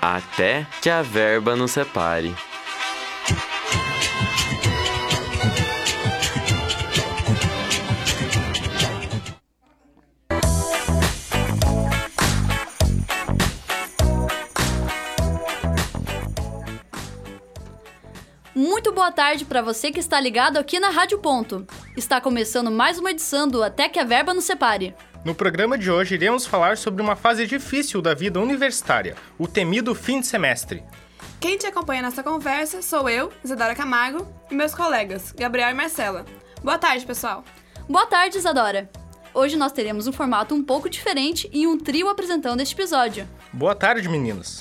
até que a verba nos separe. Muito boa tarde para você que está ligado aqui na Rádio Ponto. Está começando mais uma edição do Até que a Verba nos Separe. No programa de hoje iremos falar sobre uma fase difícil da vida universitária, o temido fim de semestre. Quem te acompanha nessa conversa sou eu, Isadora Camargo, e meus colegas, Gabriel e Marcela. Boa tarde, pessoal. Boa tarde, Isadora. Hoje nós teremos um formato um pouco diferente e um trio apresentando este episódio. Boa tarde, meninas.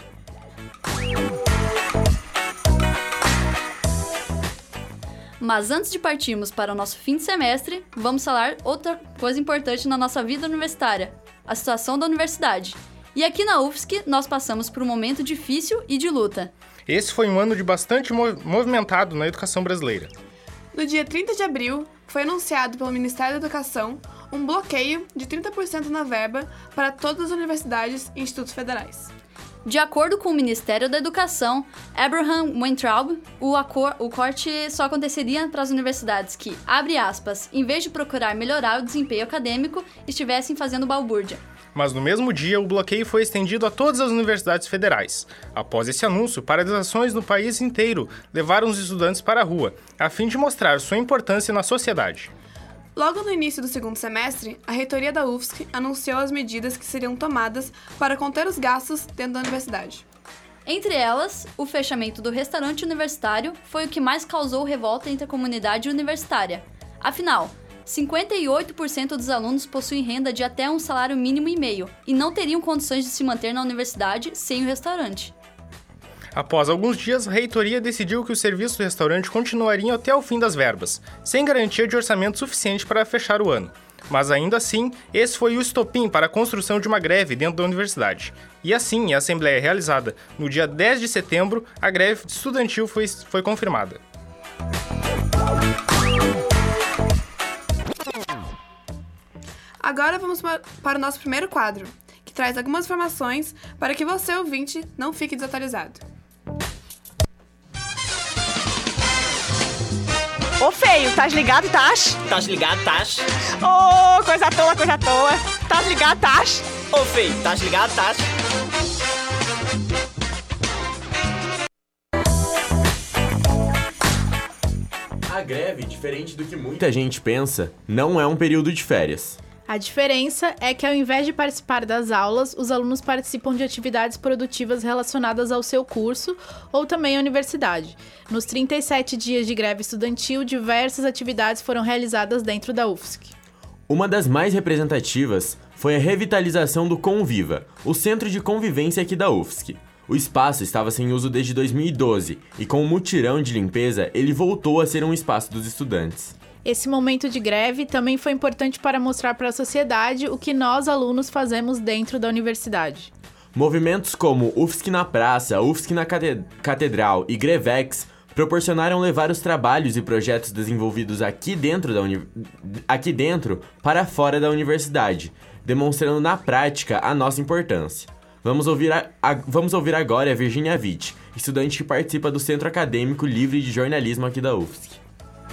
Mas antes de partirmos para o nosso fim de semestre, vamos falar outra coisa importante na nossa vida universitária, a situação da universidade. E aqui na UFSC, nós passamos por um momento difícil e de luta. Esse foi um ano de bastante movimentado na educação brasileira. No dia 30 de abril, foi anunciado pelo Ministério da Educação um bloqueio de 30% na verba para todas as universidades e institutos federais. De acordo com o Ministério da Educação, Abraham Weintraub, o corte só aconteceria para as universidades que, abre aspas, em vez de procurar melhorar o desempenho acadêmico, estivessem fazendo balbúrdia. Mas no mesmo dia, o bloqueio foi estendido a todas as universidades federais. Após esse anúncio, paralisações no país inteiro levaram os estudantes para a rua, a fim de mostrar sua importância na sociedade. Logo no início do segundo semestre, a reitoria da UFSC anunciou as medidas que seriam tomadas para conter os gastos dentro da universidade. Entre elas, o fechamento do restaurante universitário foi o que mais causou revolta entre a comunidade universitária. Afinal, 58% dos alunos possuem renda de até um salário mínimo e meio e não teriam condições de se manter na universidade sem o restaurante. Após alguns dias, a reitoria decidiu que o serviço do restaurante continuaria até o fim das verbas, sem garantia de orçamento suficiente para fechar o ano. Mas ainda assim, esse foi o estopim para a construção de uma greve dentro da universidade. E assim, a assembleia realizada no dia 10 de setembro, a greve estudantil foi confirmada. Agora vamos para o nosso primeiro quadro, que traz algumas informações para que você, ouvinte, não fique desatualizado. Ô feio, tás ligado, tás? Tás ligado, tás? Ô, coisa à toa, coisa à toa. Tás ligado, tás? Ô feio, tás ligado, tás? A greve, diferente do que muita gente pensa, não é um período de férias. A diferença é que, ao invés de participar das aulas, os alunos participam de atividades produtivas relacionadas ao seu curso ou também à universidade. Nos 37 dias de greve estudantil, diversas atividades foram realizadas dentro da UFSC. Uma das mais representativas foi a revitalização do Conviva, o centro de convivência aqui da UFSC. O espaço estava sem uso desde 2012 e, com o mutirão de limpeza, ele voltou a ser um espaço dos estudantes. Esse momento de greve também foi importante para mostrar para a sociedade o que nós, alunos, fazemos dentro da universidade. Movimentos como UFSC na Praça, UFSC na Catedral e Grevex proporcionaram levar os trabalhos e projetos desenvolvidos aqui dentro para fora da universidade, demonstrando na prática a nossa importância. Vamos ouvir agora a Virginia Witt, estudante que participa do Centro Acadêmico Livre de Jornalismo aqui da UFSC.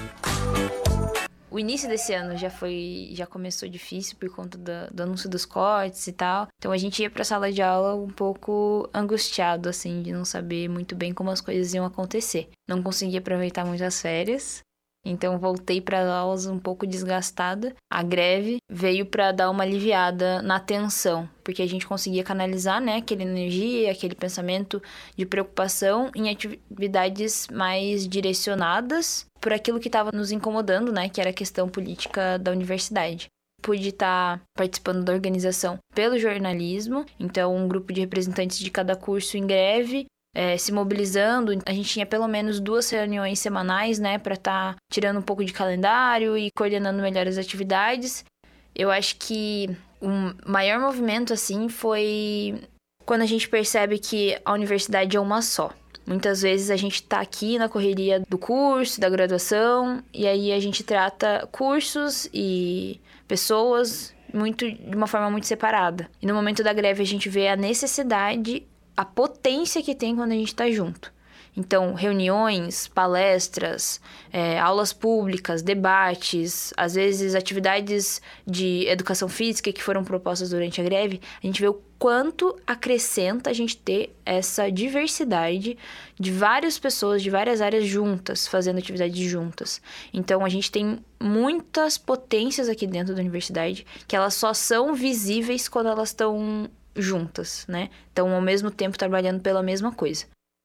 O início desse ano já começou difícil por conta do anúncio dos cortes e tal. Então a gente ia pra sala de aula um pouco angustiado, assim, de não saber muito bem como as coisas iam acontecer. Não conseguia aproveitar muito as férias. Então voltei para as aulas um pouco desgastada. A greve veio para dar uma aliviada na tensão, porque a gente conseguia canalizar, né, aquela energia, aquele pensamento de preocupação em atividades mais direcionadas por aquilo que estava nos incomodando, né, que era a questão política da universidade. Pude estar participando da organização pelo jornalismo, então um grupo de representantes de cada curso em greve, se mobilizando. A gente tinha pelo menos 2 reuniões semanais, né, para estar tirando um pouco de calendário e coordenando melhor as atividades. Eu acho que o maior movimento, assim, foi quando a gente percebe que a universidade é uma só. Muitas vezes a gente tá aqui na correria do curso, da graduação, e aí a gente trata cursos e pessoas de uma forma muito separada. E no momento da greve a gente vê a necessidade a potência que tem quando a gente tá junto. Então, reuniões, palestras, aulas públicas, debates, às vezes atividades de educação física que foram propostas durante a greve, a gente vê o quanto acrescenta a gente ter essa diversidade de várias pessoas de várias áreas juntas, fazendo atividades juntas. Então, a gente tem muitas potências aqui dentro da universidade que elas só são visíveis quando elas estão juntas, né? Então, ao mesmo tempo, trabalhando pela mesma coisa.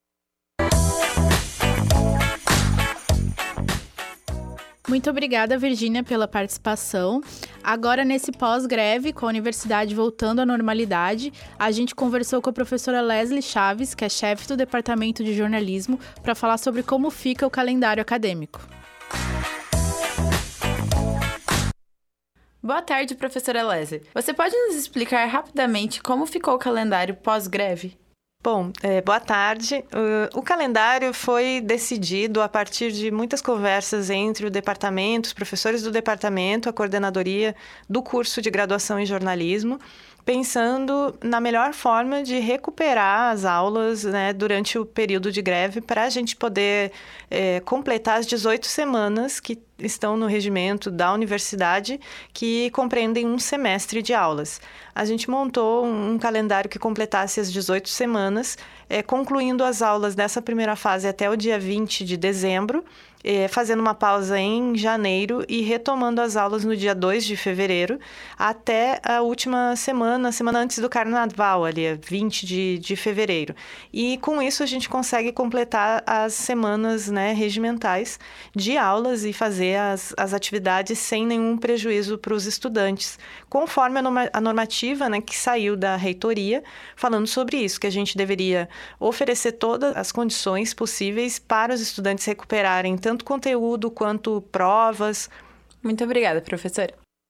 Muito obrigada, Virgínia, pela participação. Agora, nesse pós-greve, com a universidade voltando à normalidade, a gente conversou com a professora Leslie Chaves, que é chefe do Departamento de Jornalismo, para falar sobre como fica o calendário acadêmico. Boa tarde, professora Leslie. Você pode nos explicar rapidamente como ficou o calendário pós-greve? Bom, boa tarde. O calendário foi decidido a partir de muitas conversas entre o departamento, os professores do departamento, a coordenadoria do curso de graduação em jornalismo, pensando na melhor forma de recuperar as aulas, né, durante o período de greve para a gente poder completar as 18 semanas que estão no regimento da universidade, que compreendem um semestre de aulas. A gente montou um calendário que completasse as 18 semanas, concluindo as aulas dessa primeira fase até o dia 20 de dezembro, fazendo uma pausa em janeiro e retomando as aulas no dia 2 de fevereiro, até a última semana antes do carnaval, ali, 20 de fevereiro. E com isso a gente consegue completar as semanas, né, regimentais de aulas e fazer as atividades sem nenhum prejuízo para os estudantes, conforme a normativa, né, que saiu da reitoria, falando sobre isso, que a gente deveria oferecer todas as condições possíveis para os estudantes recuperarem tanto conteúdo quanto provas. Muito obrigada, professora.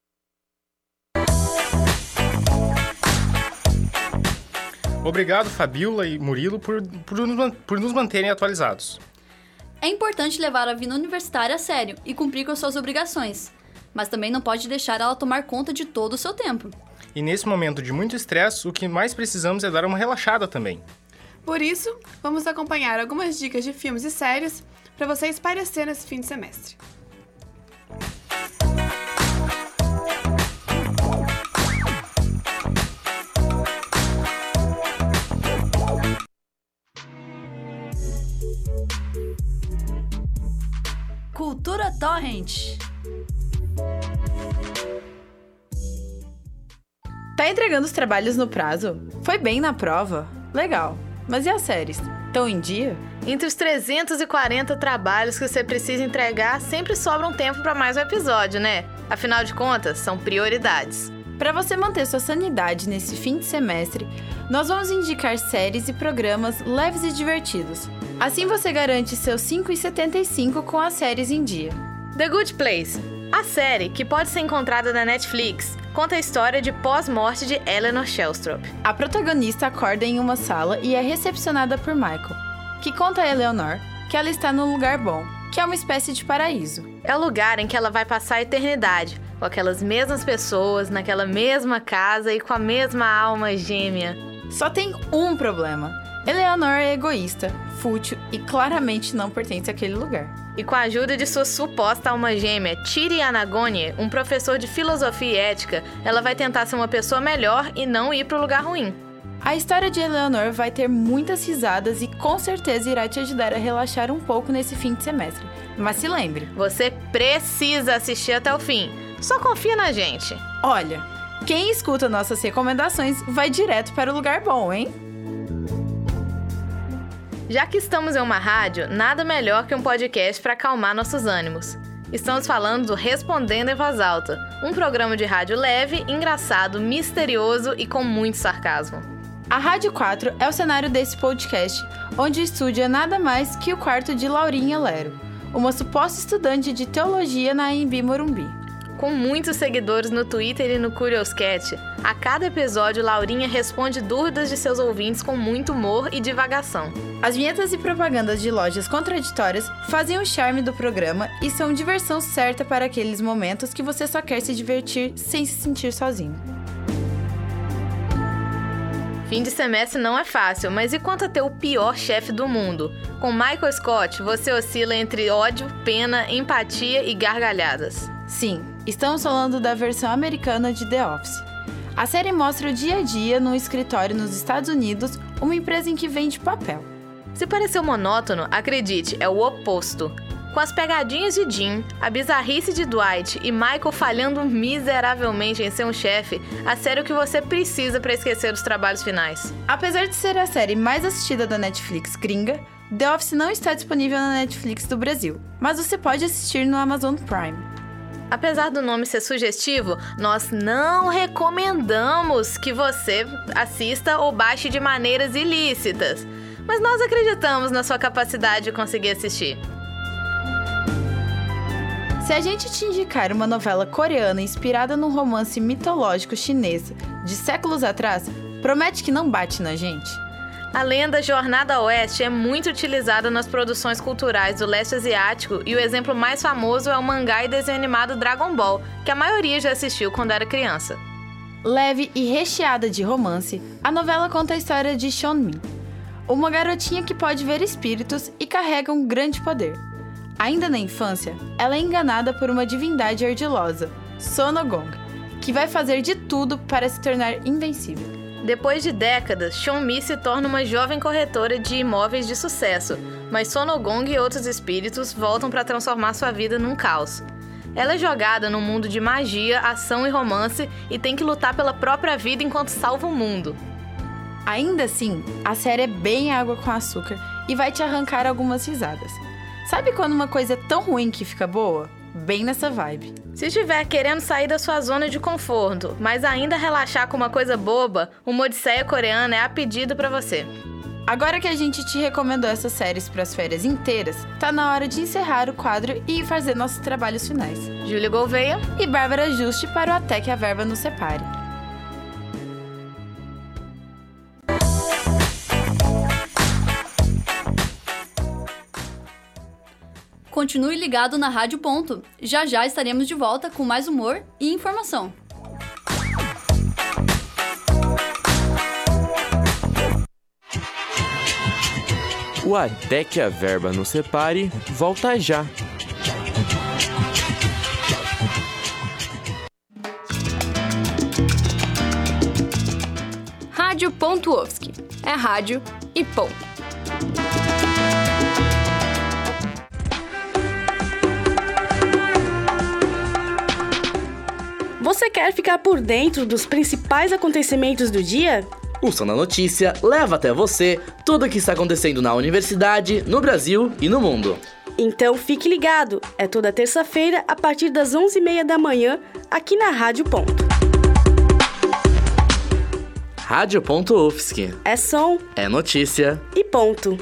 Obrigado, Fabíola e Murilo, por nos manterem atualizados. É importante levar a vida universitária a sério e cumprir com as suas obrigações, mas também não pode deixar ela tomar conta de todo o seu tempo. E nesse momento de muito estresse, o que mais precisamos é dar uma relaxada também. Por isso, vamos acompanhar algumas dicas de filmes e séries para você espairecer nesse fim de semestre. Cultura Torrent. Tá entregando os trabalhos no prazo? Foi bem na prova? Legal. Mas e as séries? Estão em dia? Entre os 340 trabalhos que você precisa entregar, sempre sobra um tempo para mais um episódio, né? Afinal de contas, são prioridades. Para você manter sua sanidade nesse fim de semestre, nós vamos indicar séries e programas leves e divertidos. Assim você garante seus 5,75 com as séries em dia. The Good Place, a série, que pode ser encontrada na Netflix, conta a história de pós-morte de Eleanor Shellstrop. A protagonista acorda em uma sala e é recepcionada por Michael, que conta a Eleanor que ela está num lugar bom, que é uma espécie de paraíso. É o lugar em que ela vai passar a eternidade, com aquelas mesmas pessoas, naquela mesma casa e com a mesma alma gêmea. Só tem um problema. Eleanor é egoísta, fútil e claramente não pertence àquele lugar. E com a ajuda de sua suposta alma gêmea, Chidi Anagonye, um professor de filosofia e ética, ela vai tentar ser uma pessoa melhor e não ir para o lugar ruim. A história de Eleanor vai ter muitas risadas e com certeza irá te ajudar a relaxar um pouco nesse fim de semestre. Mas se lembre, você precisa assistir até o fim. Só confia na gente. Olha, quem escuta nossas recomendações vai direto para o lugar bom, hein? Já que estamos em uma rádio, nada melhor que um podcast para acalmar nossos ânimos. Estamos falando do Respondendo em Voz Alta, um programa de rádio leve, engraçado, misterioso e com muito sarcasmo. A Rádio 4 é o cenário desse podcast, onde o estúdio é nada mais que o quarto de Laurinha Lero, uma suposta estudante de teologia na Anhembi Morumbi. Com muitos seguidores no Twitter e no Curioscat, a cada episódio Laurinha responde dúvidas de seus ouvintes com muito humor e divagação. As vinhetas e propagandas de lojas contraditórias fazem o charme do programa e são diversão certa para aqueles momentos que você só quer se divertir sem se sentir sozinho. Fim de semestre não é fácil, mas e quanto a ter o pior chefe do mundo? Com Michael Scott, você oscila entre ódio, pena, empatia e gargalhadas. Sim, estamos falando da versão americana de The Office. A série mostra o dia a dia num escritório nos Estados Unidos, uma empresa em que vende papel. Se pareceu monótono, acredite, é o oposto. Com as pegadinhas de Jim, a bizarrice de Dwight e Michael falhando miseravelmente em ser um chefe, a série é o que você precisa para esquecer os trabalhos finais. Apesar de ser a série mais assistida da Netflix gringa, The Office não está disponível na Netflix do Brasil, mas você pode assistir no Amazon Prime. Apesar do nome ser sugestivo, nós não recomendamos que você assista ou baixe de maneiras ilícitas, mas nós acreditamos na sua capacidade de conseguir assistir. Se a gente te indicar uma novela coreana inspirada num romance mitológico chinês de séculos atrás, promete que não bate na gente? A lenda Jornada ao Oeste é muito utilizada nas produções culturais do leste asiático e o exemplo mais famoso é o mangá e desenho animado Dragon Ball, que a maioria já assistiu quando era criança. Leve e recheada de romance, a novela conta a história de Seonmin, uma garotinha que pode ver espíritos e carrega um grande poder. Ainda na infância, ela é enganada por uma divindade ardilosa, Sonogong, que vai fazer de tudo para se tornar invencível. Depois de décadas, Seonmi se torna uma jovem corretora de imóveis de sucesso, mas Sonogong e outros espíritos voltam para transformar sua vida num caos. Ela é jogada num mundo de magia, ação e romance e tem que lutar pela própria vida enquanto salva o mundo. Ainda assim, a série é bem água com açúcar e vai te arrancar algumas risadas. Sabe quando uma coisa é tão ruim que fica boa? Bem nessa vibe. Se estiver querendo sair da sua zona de conforto, mas ainda relaxar com uma coisa boba, uma Odisseia Coreana é a pedida pra você. Agora que a gente te recomendou essas séries para as férias inteiras, tá na hora de encerrar o quadro e fazer nossos trabalhos finais. Júlia Gouveia e Bárbara Juste para o Até que a Verba nos Separe. Continue ligado na Rádio Ponto. Já já estaremos de volta com mais humor e informação. O Até que a Verba nos Separe volta já. Rádio Ponto UFSC. É rádio e ponto. Você quer ficar por dentro dos principais acontecimentos do dia? O Som da Notícia leva até você tudo o que está acontecendo na universidade, no Brasil e no mundo. Então fique ligado, é toda terça-feira a partir das 11h30 da manhã, aqui na Rádio Ponto. Rádio Ponto UFSC. É som, é notícia e ponto.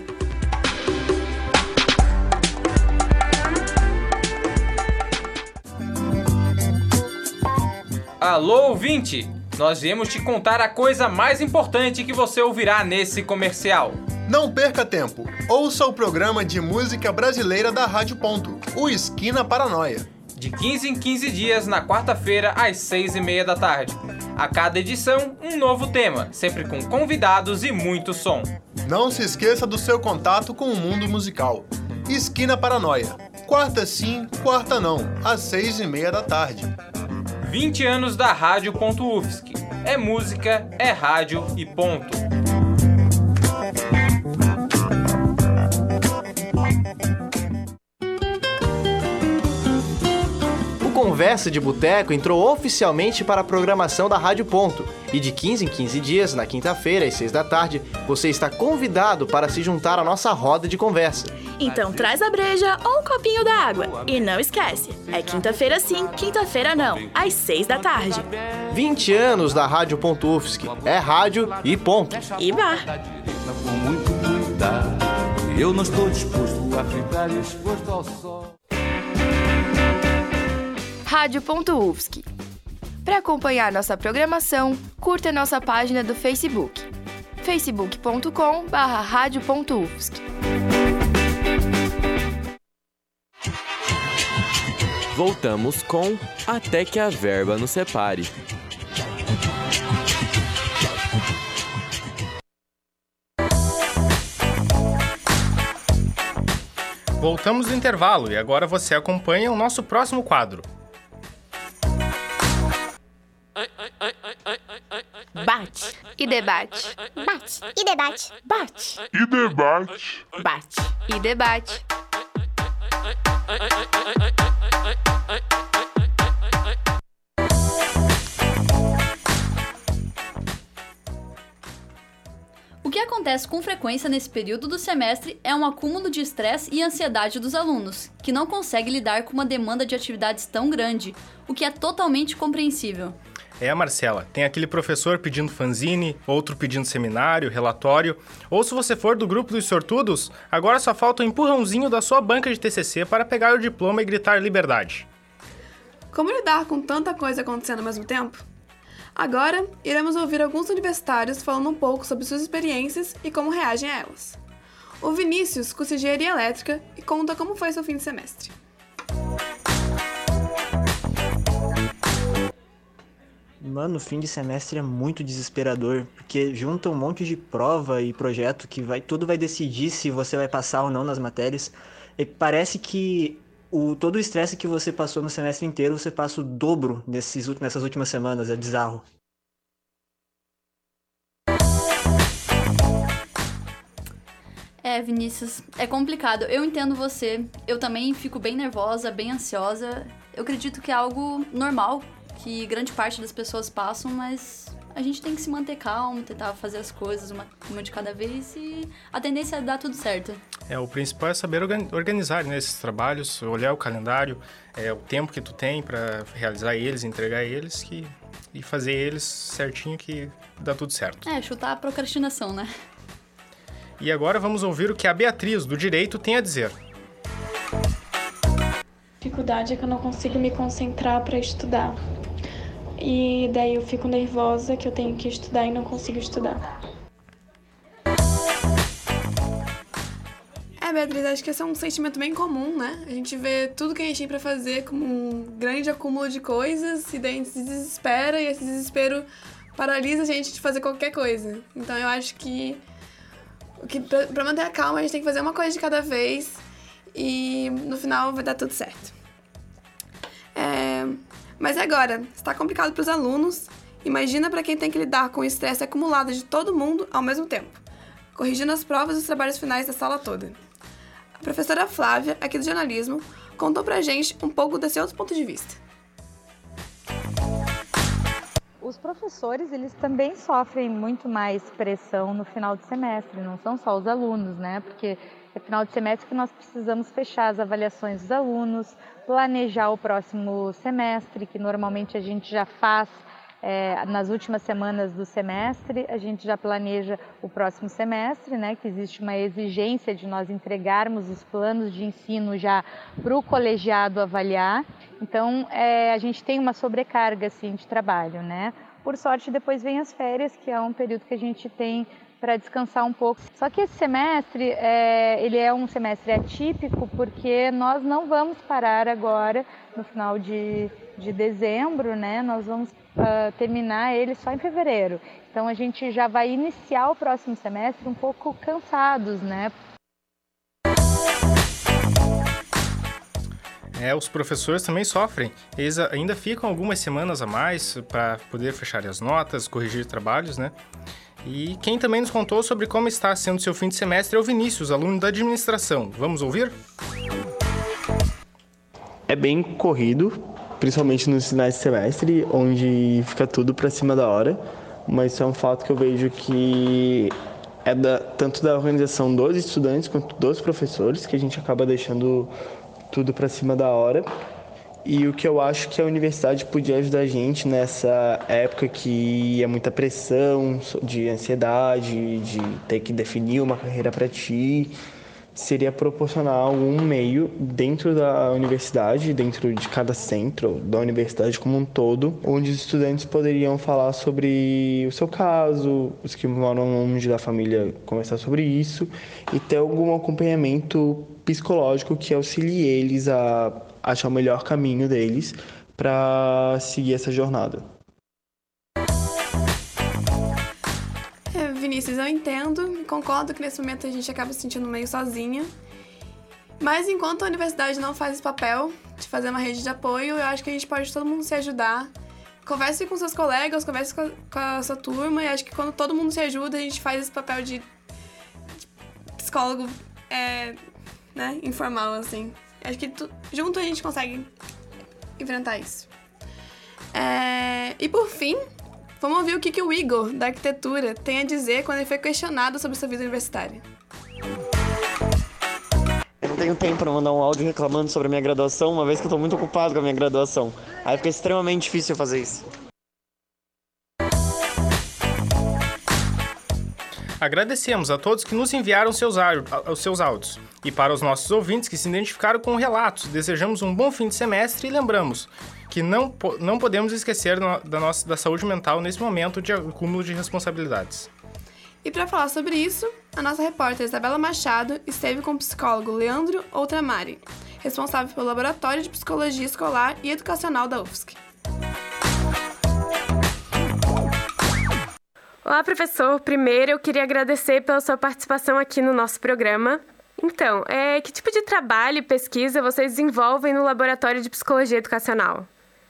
Alô, ouvinte! Nós viemos te contar a coisa mais importante que você ouvirá nesse comercial. Não perca tempo. Ouça o programa de música brasileira da Rádio Ponto, o Esquina Paranoia. De 15 em 15 dias, na quarta-feira, às 6h30 da tarde. A cada edição, um novo tema, sempre com convidados e muito som. Não se esqueça do seu contato com o mundo musical. Esquina Paranoia. Quarta sim, quarta não, às 6h30 da tarde. 20 anos da Rádio Ponto UFSC. É música, é rádio e ponto. Conversa de Boteco entrou oficialmente para a programação da Rádio Ponto. E de 15 em 15 dias, na quinta-feira, às 6 da tarde, você está convidado para se juntar à nossa roda de conversa. Então traz a breja ou um copinho d'água. E não esquece, é quinta-feira sim, quinta-feira não, às 6 da tarde. 20 anos da Rádio Ponto UFSC. É rádio e ponto. E bar. Com muito cuidado, eu não estou disposto a ficar exposto ao sol. Rádio Ponto UFSC. Para acompanhar nossa programação, curta nossa página do Facebook, facebook.com/radio.ufsc. Voltamos com Até que a Verba nos Separe. Voltamos do intervalo e agora você acompanha o nosso próximo quadro. Bate E debate. Bate e debate. Bate E debate. Bate E debate. O que acontece com frequência nesse período do semestre é um acúmulo de estresse e ansiedade dos alunos, que não conseguem lidar com uma demanda de atividades tão grande, o que é totalmente compreensível. Marcela, tem aquele professor pedindo fanzine, outro pedindo seminário, relatório, ou se você for do grupo dos sortudos, agora só falta um empurrãozinho da sua banca de TCC para pegar o diploma e gritar liberdade. Como lidar com tanta coisa acontecendo ao mesmo tempo? Agora, iremos ouvir alguns universitários falando um pouco sobre suas experiências e como reagem a elas. O Vinícius cursa engenharia elétrica e conta como foi seu fim de semestre. Mano, o fim de semestre é muito desesperador, porque junta um monte de prova e projeto que tudo vai decidir se você vai passar ou não nas matérias. E parece que todo o estresse que você passou no semestre inteiro, você passa o dobro nessas últimas semanas, é bizarro. Vinícius, é complicado. Eu entendo você. Eu também fico bem nervosa, bem ansiosa. Eu acredito que é algo normal, que grande parte das pessoas passam, mas a gente tem que se manter calmo, tentar fazer as coisas uma de cada vez e a tendência é dar tudo certo. O principal é saber organizar, né, esses trabalhos, olhar o calendário, o tempo que tu tem para realizar eles, entregar eles e fazer eles certinho que dá tudo certo. Chutar a procrastinação, né? E agora vamos ouvir o que a Beatriz, do Direito, tem a dizer. A dificuldade é que eu não consigo me concentrar para estudar. E daí eu fico nervosa que eu tenho que estudar e não consigo estudar. Beatriz, acho que esse é um sentimento bem comum, né? A gente vê tudo que a gente tem pra fazer como um grande acúmulo de coisas e daí a gente se desespera e esse desespero paralisa a gente de fazer qualquer coisa. Então eu acho que pra manter a calma a gente tem que fazer uma coisa de cada vez e no final vai dar tudo certo. Mas agora, está complicado para os alunos, imagina para quem tem que lidar com o estresse acumulado de todo mundo ao mesmo tempo, corrigindo as provas e os trabalhos finais da sala toda. A professora Flávia, aqui do jornalismo, contou pra gente um pouco desse outro ponto de vista. Os professores, eles também sofrem muito mais pressão no final de semestre, não são só os alunos, né? Porque é final de semestre que nós precisamos fechar as avaliações dos alunos, planejar o próximo semestre, que normalmente a gente já faz nas últimas semanas do semestre, a gente já planeja o próximo semestre, né? Que existe uma exigência de nós entregarmos os planos de ensino já para o colegiado avaliar. Então, a gente tem uma sobrecarga assim, de trabalho, né? Por sorte, depois vem as férias, que é um período que a gente tem para descansar um pouco. Só que esse semestre, ele é um semestre atípico, porque nós não vamos parar agora, no final de dezembro, né? Nós vamos terminar ele só em fevereiro. Então, a gente já vai iniciar o próximo semestre um pouco cansados, né? Os professores também sofrem. Eles ainda ficam algumas semanas a mais para poder fechar as notas, corrigir trabalhos, né? E quem também nos contou sobre como está sendo seu fim de semestre é o Vinícius, aluno da administração. Vamos ouvir? É bem corrido, principalmente nos finais de semestre, onde fica tudo para cima da hora, mas isso é um fato que eu vejo que é tanto da organização dos estudantes quanto dos professores, que a gente acaba deixando tudo para cima da hora. E o que eu acho que a universidade podia ajudar a gente nessa época que é muita pressão de ansiedade, de ter que definir uma carreira para ti, seria proporcionar algum meio dentro da universidade, dentro de cada centro, da universidade como um todo, onde os estudantes poderiam falar sobre o seu caso, os que moram longe da família conversar sobre isso e ter algum acompanhamento psicológico que auxilie eles a achar o melhor caminho deles para seguir essa jornada. Vinícius, eu entendo, concordo que nesse momento a gente acaba se sentindo meio sozinha, Mas enquanto a universidade não faz esse papel de fazer uma rede de apoio, eu acho que a gente pode todo mundo se ajudar. Converse com seus colegas, converse com a sua turma, e acho que quando todo mundo se ajuda, a gente faz esse papel de psicólogo informal, assim. Acho que junto a gente consegue enfrentar isso. E por fim, vamos ouvir o que o Igor, da arquitetura, tem a dizer quando ele foi questionado sobre sua vida universitária. Eu não tenho tempo para mandar um áudio reclamando sobre a minha graduação, uma vez que eu estou muito ocupado com a minha graduação. Aí fica extremamente difícil fazer isso. Agradecemos a todos que nos enviaram os seus áudios. E para os nossos ouvintes que se identificaram com relatos, desejamos um bom fim de semestre e lembramos que não podemos esquecer da saúde mental nesse momento de acúmulo de responsabilidades. E para falar sobre isso, a nossa repórter Isabela Machado esteve com o psicólogo Leandro Outramari, responsável pelo Laboratório de Psicologia Escolar e Educacional da UFSC. Olá, professor. Primeiro, eu queria agradecer pela sua participação aqui no nosso programa. Então, que tipo de trabalho e pesquisa vocês desenvolvem no Laboratório de Psicologia Educacional?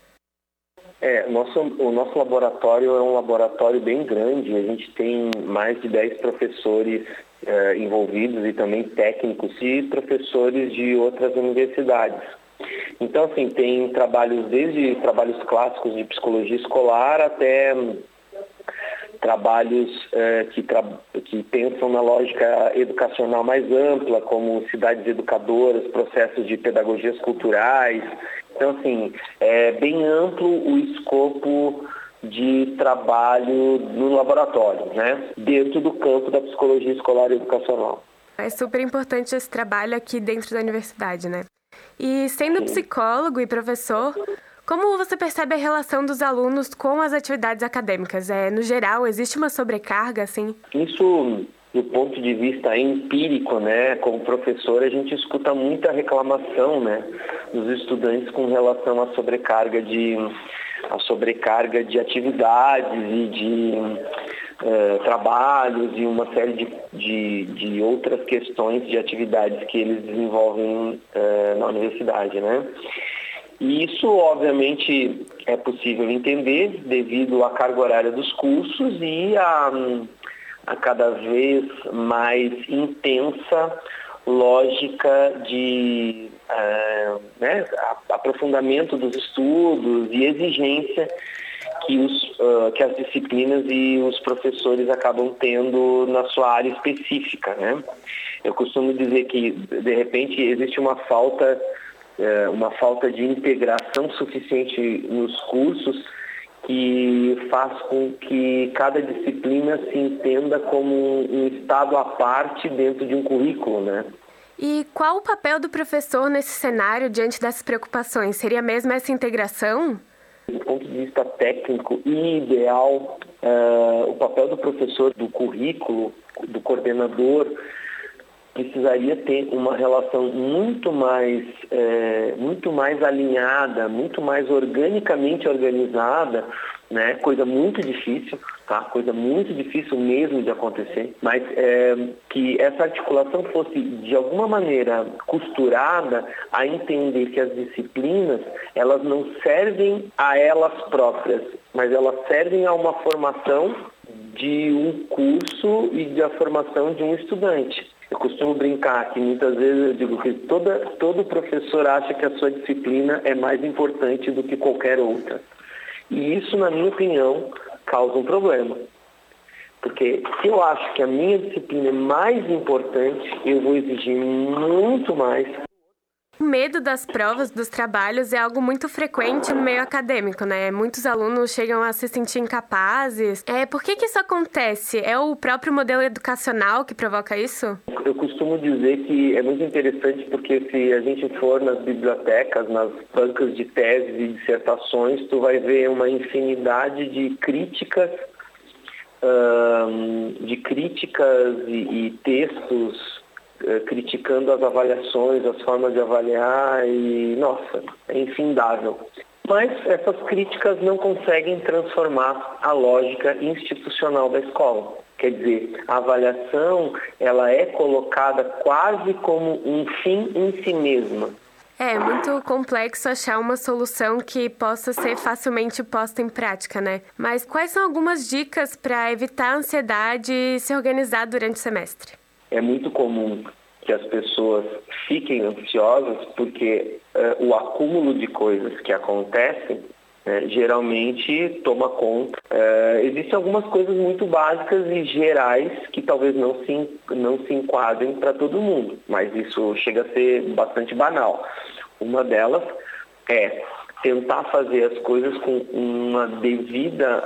O nosso laboratório é um laboratório bem grande. A gente tem mais de 10 professores envolvidos e também técnicos e professores de outras universidades. Então, assim, tem trabalhos, desde trabalhos clássicos de psicologia escolar até trabalhos que pensam na lógica educacional mais ampla, como cidades educadoras, processos de pedagogias culturais. Então, assim, é bem amplo o escopo de trabalho no laboratório, né? Dentro do campo da psicologia escolar e educacional. É super importante esse trabalho aqui dentro da universidade, né? E sendo psicólogo e professor, como você percebe a relação dos alunos com as atividades acadêmicas? No geral, existe uma sobrecarga, assim? Isso, do ponto de vista empírico, né? Como professor, a gente escuta muita reclamação, né? Dos estudantes com relação à sobrecarga de atividades e de trabalhos e uma série de outras questões de atividades que eles desenvolvem na universidade, né? E isso, obviamente, é possível entender devido à carga horária dos cursos e a cada vez mais intensa lógica de aprofundamento dos estudos e exigência que as disciplinas e os professores acabam tendo na sua área específica, né? Eu costumo dizer que, de repente, existe uma falta de integração suficiente nos cursos que faz com que cada disciplina se entenda como um estado à parte dentro de um currículo, né? E qual o papel do professor nesse cenário diante dessas preocupações? Seria mesmo essa integração? Do ponto de vista técnico e ideal, o papel do professor, do currículo, do coordenador, precisaria ter uma relação muito mais alinhada, muito mais organicamente organizada, né? Coisa muito difícil, tá? Coisa muito difícil mesmo de acontecer, mas que essa articulação fosse de alguma maneira costurada a entender que as disciplinas, elas não servem a elas próprias, mas elas servem a uma formação de um curso e da formação de um estudante. Eu costumo brincar que muitas vezes eu digo que todo professor acha que a sua disciplina é mais importante do que qualquer outra. E isso, na minha opinião, causa um problema. Porque se eu acho que a minha disciplina é mais importante, eu vou exigir muito mais. O medo das provas, dos trabalhos, é algo muito frequente no meio acadêmico, né? Muitos alunos chegam a se sentir incapazes. Por que isso acontece? É o próprio modelo educacional que provoca isso? Eu costumo dizer que é muito interessante porque se a gente for nas bibliotecas, nas bancas de teses e dissertações, tu vai ver uma infinidade de críticas e textos criticando as avaliações, as formas de avaliar e, nossa, é infindável. Mas essas críticas não conseguem transformar a lógica institucional da escola. Quer dizer, a avaliação ela é colocada quase como um fim em si mesma. É muito complexo achar uma solução que possa ser facilmente posta em prática, né? Mas quais são algumas dicas para evitar a ansiedade e se organizar durante o semestre? É muito comum que as pessoas fiquem ansiosas porque o acúmulo de coisas que acontecem geralmente toma conta. Existem algumas coisas muito básicas e gerais que talvez não se enquadrem para todo mundo, mas isso chega a ser bastante banal. Uma delas é tentar fazer as coisas com uma devida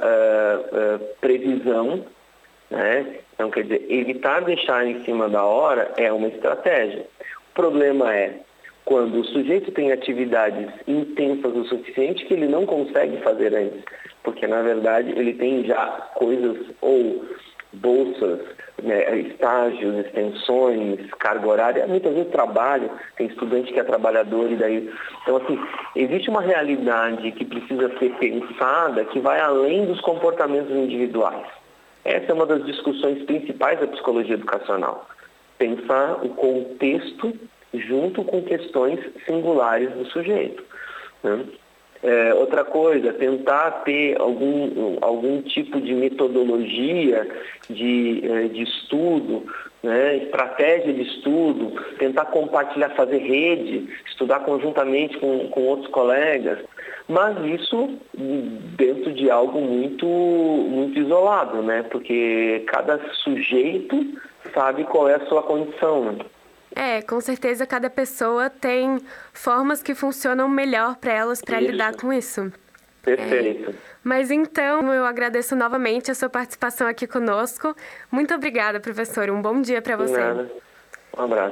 previsão, né? Então, quer dizer, evitar deixar em cima da hora é uma estratégia. O problema é quando o sujeito tem atividades intensas o suficiente que ele não consegue fazer antes, porque, na verdade, ele tem já coisas ou bolsas, né, estágios, extensões, carga horária, muitas vezes trabalho, tem estudante que é trabalhador e daí... Então, assim, existe uma realidade que precisa ser pensada que vai além dos comportamentos individuais. Essa é uma das discussões principais da psicologia educacional. Pensar o contexto junto com questões singulares do sujeito, né? Outra coisa, tentar ter algum tipo de metodologia de estudo, né? Estratégia de estudo, tentar compartilhar, fazer rede, estudar conjuntamente com outros colegas, mas isso dentro de algo muito, muito isolado, né? Porque cada sujeito sabe qual é a sua condição, né? Com certeza cada pessoa tem formas que funcionam melhor para elas para lidar com isso. Perfeito. Mas então eu agradeço novamente a sua participação aqui conosco. Muito obrigada, professor. Um bom dia para você. De nada. Um abraço.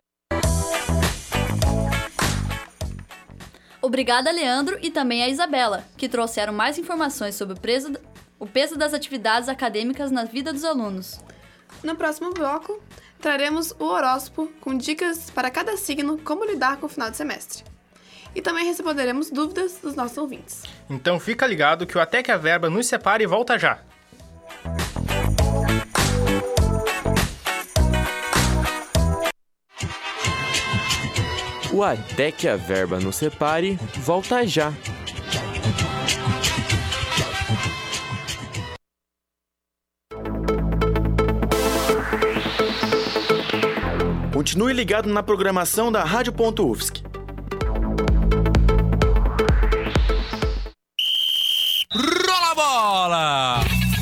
Obrigada, Leandro, e também a Isabela, que trouxeram mais informações sobre o peso das atividades acadêmicas na vida dos alunos. No próximo bloco, traremos o horóscopo com dicas para cada signo como lidar com o final de semestre. E também responderemos dúvidas dos nossos ouvintes. Então fica ligado que o Até que a Verba nos separe volta já. O Até que a Verba nos separe volta já. Continue ligado na programação da Rádio.UFSC. Rola bola!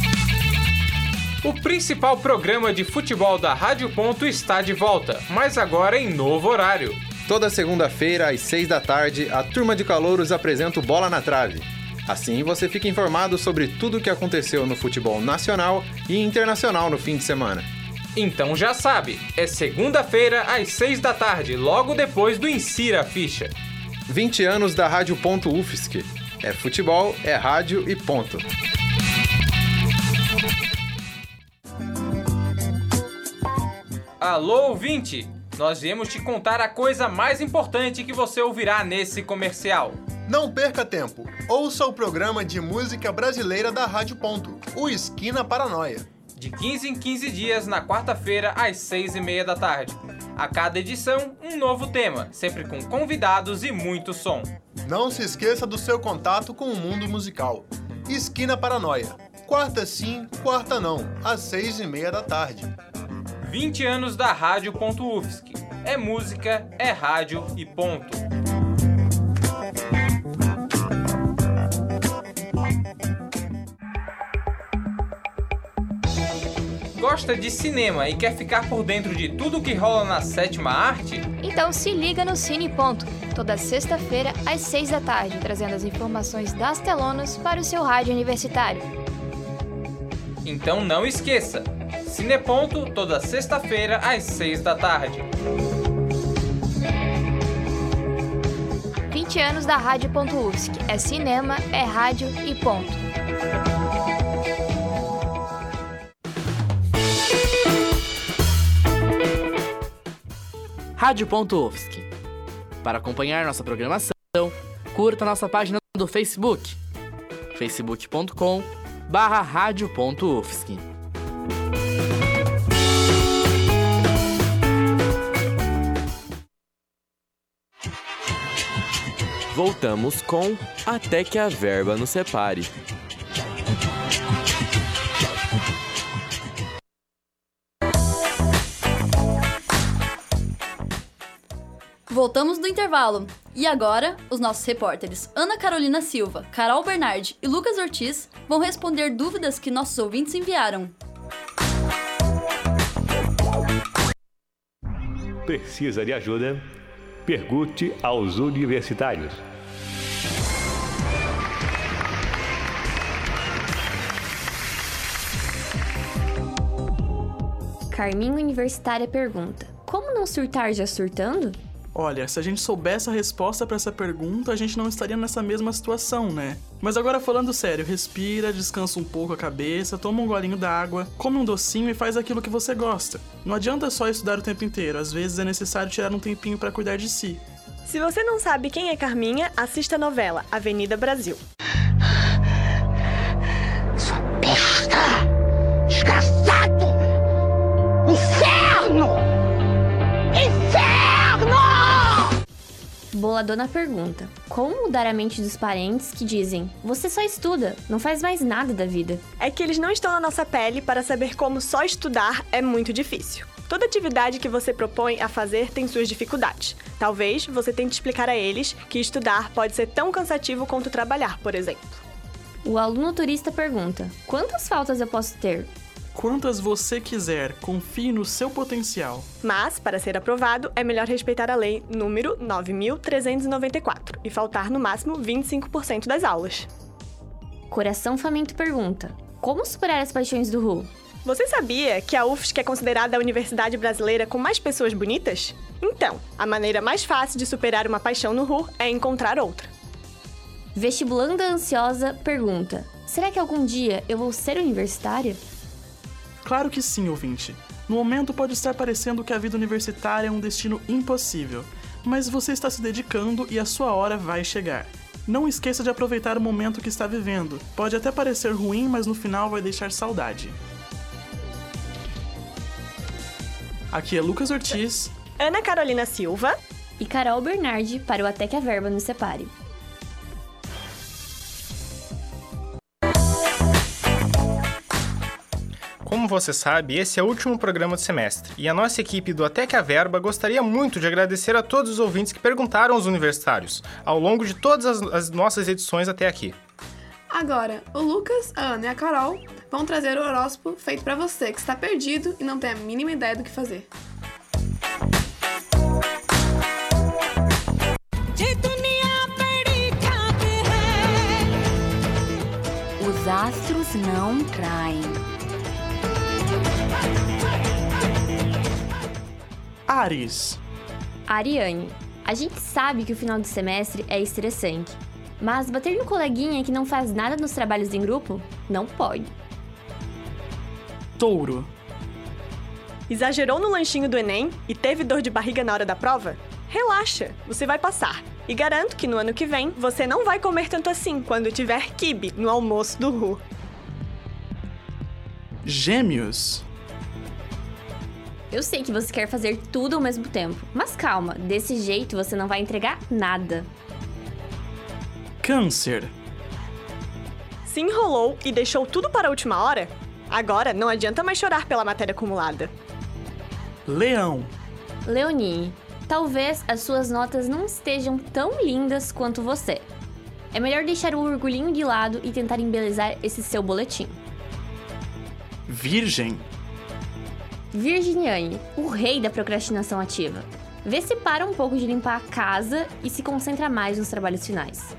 O principal programa de futebol da Rádio Ponto está de volta, mas agora em novo horário. Toda segunda-feira, às 6 da tarde, a Turma de Calouros apresenta o Bola na Trave. Assim você fica informado sobre tudo o que aconteceu no futebol nacional e internacional no fim de semana. Então já sabe, é segunda-feira às 6 da tarde, logo depois do Insira a Ficha. 20 anos da Rádio.UFSC. É futebol, é rádio e ponto. Alô, ouvinte! Nós viemos te contar a coisa mais importante que você ouvirá nesse comercial. Não perca tempo. Ouça o programa de música brasileira da Rádio Ponto, o Esquina Paranoia. De 15 em 15 dias, na quarta-feira, às 6h30 da tarde. A cada edição, um novo tema, sempre com convidados e muito som. Não se esqueça do seu contato com o mundo musical. Esquina Paranoia. Quarta sim, quarta não, às 6h30 da tarde. 20 anos da Rádio.UFSC. É música, é rádio e ponto. Gosta de cinema e quer ficar por dentro de tudo que rola na sétima arte? Então se liga no Cine Ponto, toda sexta-feira às 6 da tarde, trazendo as informações das telonas para o seu rádio universitário. Então não esqueça, Cineponto, toda sexta-feira às 6 da tarde. 20 anos da Rádio.UFSC. É cinema, é rádio e ponto. Rádio.UFSC. Para acompanhar nossa programação, curta nossa página do Facebook, facebook.com/radio.ufsc. Voltamos com Até que a Verba nos Separe. Voltamos do intervalo. E agora, os nossos repórteres Ana Carolina Silva, Carol Bernardi e Lucas Ortiz vão responder dúvidas que nossos ouvintes enviaram. Precisa de ajuda? Pergunte aos universitários. Carminho Universitária pergunta: como não surtar já surtando? Olha, se a gente soubesse a resposta para essa pergunta, a gente não estaria nessa mesma situação, né? Mas agora falando sério, respira, descansa um pouco a cabeça, toma um golinho d'água, come um docinho e faz aquilo que você gosta. Não adianta só estudar o tempo inteiro, às vezes é necessário tirar um tempinho para cuidar de si. Se você não sabe quem é Carminha, assista a novela Avenida Brasil. Sua besta! Desgraçado! Inferno! Boladona pergunta: como mudar a mente dos parentes que dizem você só estuda, não faz mais nada da vida? É que eles não estão na nossa pele para saber como só estudar é muito difícil. Toda atividade que você propõe a fazer tem suas dificuldades. Talvez você tente explicar a eles que estudar pode ser tão cansativo quanto trabalhar, por exemplo. O aluno turista pergunta: quantas faltas eu posso ter? Quantas você quiser, confie no seu potencial. Mas, para ser aprovado, é melhor respeitar a lei número 9.394 e faltar no máximo 25% das aulas. Coração Faminto pergunta: como superar as paixões do Ru? Você sabia que a UFSC é considerada a universidade brasileira com mais pessoas bonitas? Então, a maneira mais fácil de superar uma paixão no Ru é encontrar outra. Vestibulanda Ansiosa pergunta: será que algum dia eu vou ser universitária? Claro que sim, ouvinte. No momento pode estar parecendo que a vida universitária é um destino impossível, mas você está se dedicando e a sua hora vai chegar. Não esqueça de aproveitar o momento que está vivendo. Pode até parecer ruim, mas no final vai deixar saudade. Aqui é Lucas Ortiz, Ana Carolina Silva e Carol Bernardi para o Até que a Verba nos Separe. Como você sabe, esse é o último programa do semestre, e a nossa equipe do Até que a Verba gostaria muito de agradecer a todos os ouvintes que perguntaram aos universitários, ao longo de todas as nossas edições até aqui. Agora, o Lucas, a Ana e a Carol vão trazer o horóscopo feito pra você que está perdido e não tem a mínima ideia do que fazer. Os astros não traem. Áries. Ariane, a gente sabe que o final de semestre é estressante, mas bater no coleguinha que não faz nada nos trabalhos em grupo não pode. Touro. Exagerou no lanchinho do Enem e teve dor de barriga na hora da prova? Relaxa, você vai passar. E garanto que no ano que vem você não vai comer tanto assim quando tiver quibe no almoço do Ru. Gêmeos. Eu sei que você quer fazer tudo ao mesmo tempo, mas calma, desse jeito você não vai entregar nada. Câncer. Se enrolou e deixou tudo para a última hora? Agora não adianta mais chorar pela matéria acumulada. Leão. Leonine, talvez as suas notas não estejam tão lindas quanto você. É melhor deixar o orgulhinho de lado e tentar embelezar esse seu boletim. Virgem. Virginiane, o rei da procrastinação ativa. Vê se para um pouco de limpar a casa e se concentra mais nos trabalhos finais.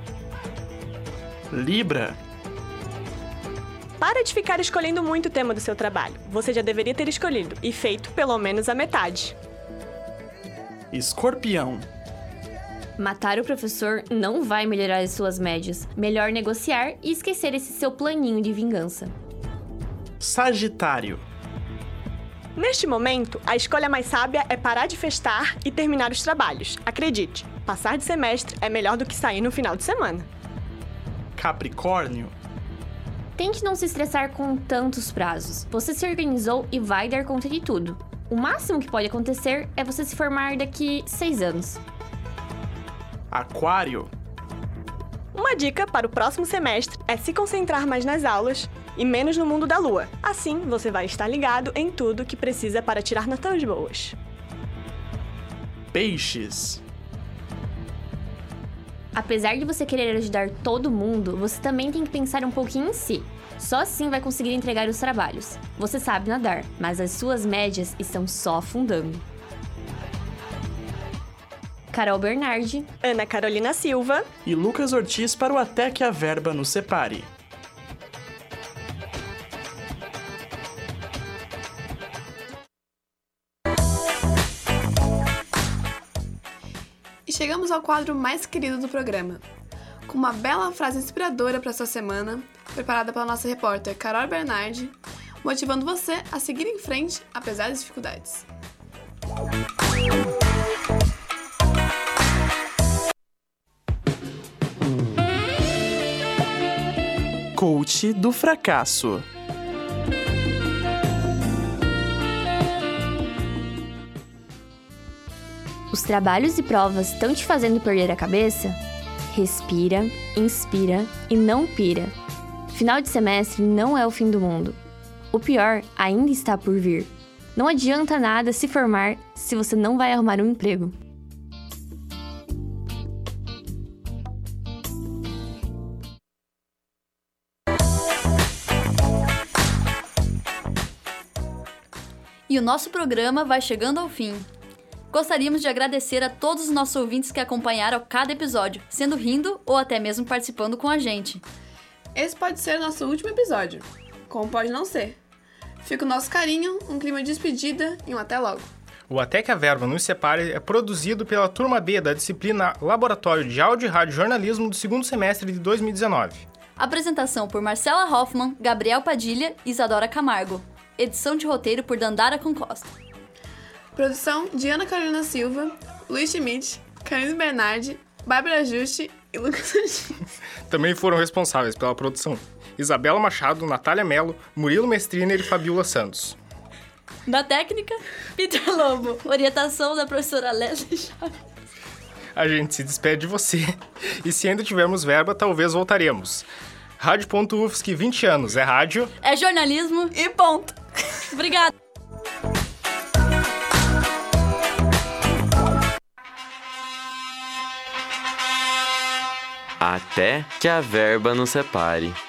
Libra. Para de ficar escolhendo muito o tema do seu trabalho. Você já deveria ter escolhido e feito pelo menos a metade. Escorpião. Matar o professor não vai melhorar as suas médias. Melhor negociar e esquecer esse seu planinho de vingança. Sagitário. Neste momento, a escolha mais sábia é parar de festar e terminar os trabalhos. Acredite, passar de semestre é melhor do que sair no final de semana. Capricórnio. Tente não se estressar com tantos prazos. Você se organizou e vai dar conta de tudo. O máximo que pode acontecer é você se formar daqui 6 anos. Aquário. Uma dica para o próximo semestre é se concentrar mais nas aulas e menos no mundo da lua. Assim, você vai estar ligado em tudo que precisa para tirar notas boas. Peixes. Apesar de você querer ajudar todo mundo, você também tem que pensar um pouquinho em si. Só assim vai conseguir entregar os trabalhos. Você sabe nadar, mas as suas médias estão só afundando. Carol Bernardi, Ana Carolina Silva e Lucas Ortiz para o Até que a Verba nos Separe. E chegamos ao quadro mais querido do programa, com uma bela frase inspiradora para sua semana, preparada pela nossa repórter Carol Bernardi, motivando você a seguir em frente apesar das dificuldades. Coach do fracasso. os trabalhos e provas estão te fazendo perder a cabeça? Respira, inspira e não pira. Final de semestre não é o fim do mundo. O pior ainda está por vir. Não adianta nada se formar se você não vai arrumar um emprego. E o nosso programa vai chegando ao fim. Gostaríamos de agradecer a todos os nossos ouvintes que acompanharam cada episódio, sendo rindo ou até mesmo participando com a gente. Esse pode ser o nosso último episódio, como pode não ser. Fica o nosso carinho, um clima de despedida e um até logo. O Até que a Verba nos Separe é produzido pela Turma B da disciplina Laboratório de Áudio e Rádio Jornalismo do segundo semestre de 2019. Apresentação por Marcela Hoffman, Gabriel Padilha e Isadora Camargo. Edição de roteiro por Dandara Concosta. Produção de Ana Carolina Silva, Luiz Schmidt, Carlos Bernardi, Bárbara Juste e Lucas Ortiz. Também foram responsáveis pela produção Isabela Machado, Natália Mello, Murilo Mestriner e Fabiola Santos. Da técnica, Peter Lobo. Orientação da professora Leslie Chaves. A gente se despede de você. E se ainda tivermos verba, talvez voltaremos. Rádio.UFSC 20 anos. É rádio. É jornalismo e ponto. Obrigada. Até que a verba nos separe.